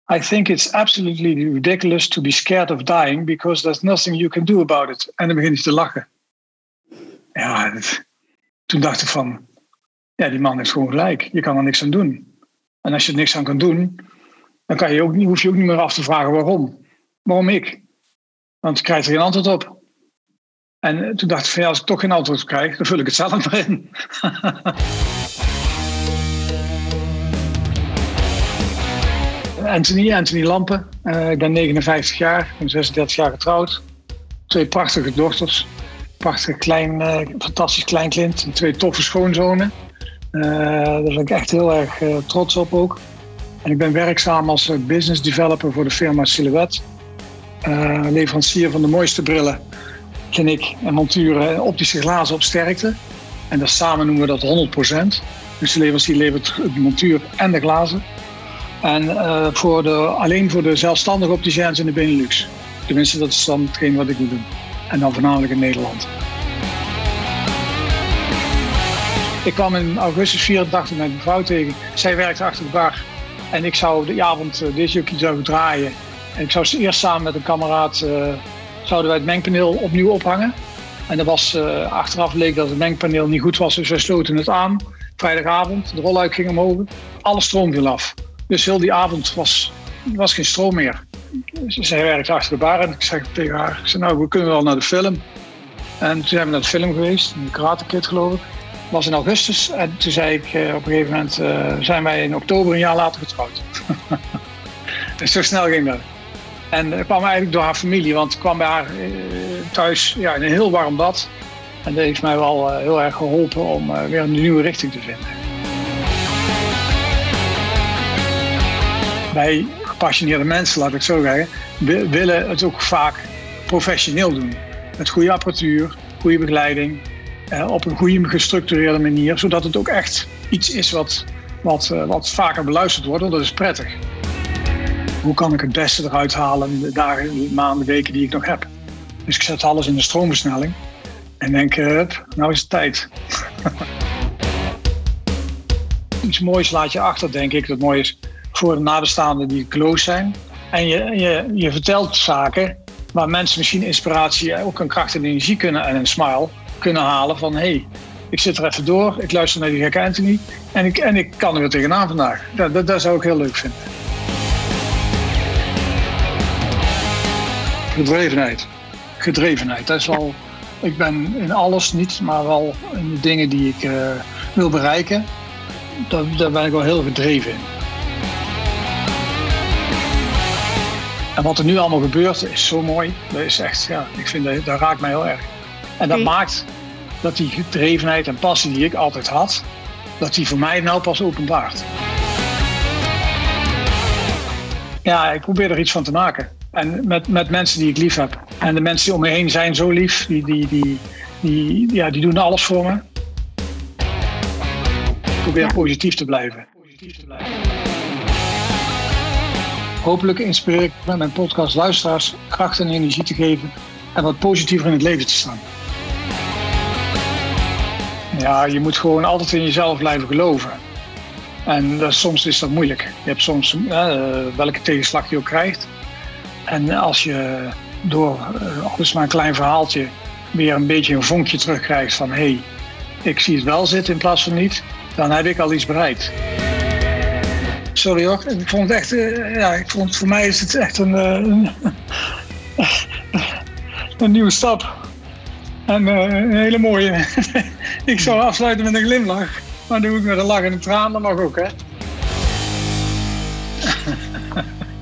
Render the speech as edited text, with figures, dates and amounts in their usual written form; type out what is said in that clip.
I think it's absolutely ridiculous to be scared of dying because there's nothing you can do about it. En dan begint hij te lachen. Ja, toen dacht ik van, ja, die man heeft gewoon gelijk. Je kan er niks aan doen. En als je er niks aan kan doen, dan hoef je ook niet meer af te vragen waarom. Waarom ik? Want je krijgt er geen antwoord op. En toen dacht ik van, ja, als ik toch geen antwoord krijg, dan vul ik het zelf maar in. Anthony Lampen. Ik ben 59 jaar, ik ben 36 jaar getrouwd. 2 prachtige dochters. Prachtig fantastisch kleinkind. En 2 toffe schoonzonen. Daar ben ik echt heel erg trots op ook. En ik ben werkzaam als business developer voor de firma Silhouette. Leverancier van de mooiste brillen, kliniek en monturen, optische glazen op sterkte. En dat samen noemen we dat 100%. Dus de leverancier levert de montuur en de glazen. En alleen voor de zelfstandige opticiens in de Benelux. Tenminste, dat is dan hetgeen wat ik moet doen. En dan voornamelijk in Nederland. Ik kwam in augustus 84 met mijn vrouw tegen. Zij werkte achter de bar. En ik zou die avond discjockey zou draaien. En ik zou eerst samen met een kameraad zouden wij het mengpaneel opnieuw ophangen. En dat was, achteraf bleek dat het mengpaneel niet goed was. Dus wij sloten het aan. Vrijdagavond, de rolluik ging omhoog. Alle stroom viel af. Dus heel die avond was geen stroom meer. Dus zij werkte achter de bar en ik zei tegen haar, nou, we kunnen wel naar de film. En toen zijn we naar de film geweest, in de Karate Kid geloof ik. Dat was in augustus en toen zei ik op een gegeven moment, zijn wij in oktober een jaar later getrouwd. Dus zo snel ging dat. En dat kwam eigenlijk door haar familie, want ik kwam bij haar thuis in een heel warm bad. En dat heeft mij wel heel erg geholpen om weer een nieuwe richting te vinden. Wij gepassioneerde mensen, laat ik zo zeggen, willen het ook vaak professioneel doen. Met goede apparatuur, goede begeleiding, op een goede gestructureerde manier, zodat het ook echt iets is wat vaker beluisterd wordt, want dat is prettig. Hoe kan ik het beste eruit halen in de dagen, de maanden, weken die ik nog heb? Dus ik zet alles in de stroomversnelling en denk, nou is het tijd. Iets moois laat je achter, denk ik, dat mooi is voor de nabestaanden die close zijn. En je vertelt zaken waar mensen misschien inspiratie, ook een kracht en energie kunnen en een smile kunnen halen van hey, ik zit er even door, ik luister naar die gekke Anthony en ik kan er weer tegenaan vandaag. Dat zou ik heel leuk vinden. Gedrevenheid, dat is wel, ik ben in alles niet, maar wel in de dingen die ik wil bereiken, daar ben ik wel heel gedreven in. En wat er nu allemaal gebeurt is zo mooi. Dat is echt, ja, ik vind dat raakt mij heel erg. En dat maakt dat die gedrevenheid en passie die ik altijd had, dat die voor mij nou pas openbaart. Ja, ik probeer er iets van te maken. En met mensen die ik lief heb. En de mensen die om me heen zijn zo lief, die doen alles voor me. Ik probeer positief te blijven. Hopelijk inspireer ik met mijn podcast luisteraars kracht en energie te geven en wat positiever in het leven te staan. Ja, je moet gewoon altijd in jezelf blijven geloven. En soms is dat moeilijk. Je hebt soms welke tegenslag je ook krijgt. En als je door alles maar een klein verhaaltje weer een beetje een vonkje terugkrijgt van hey, ik zie het wel zitten in plaats van niet, dan heb ik al iets bereikt. Sorry hoor, ik vond het echt, voor mij is het echt een nieuwe stap. En een hele mooie. Ik zou afsluiten met een glimlach, maar doe ik met een lach en een traan, dat mag ook hè.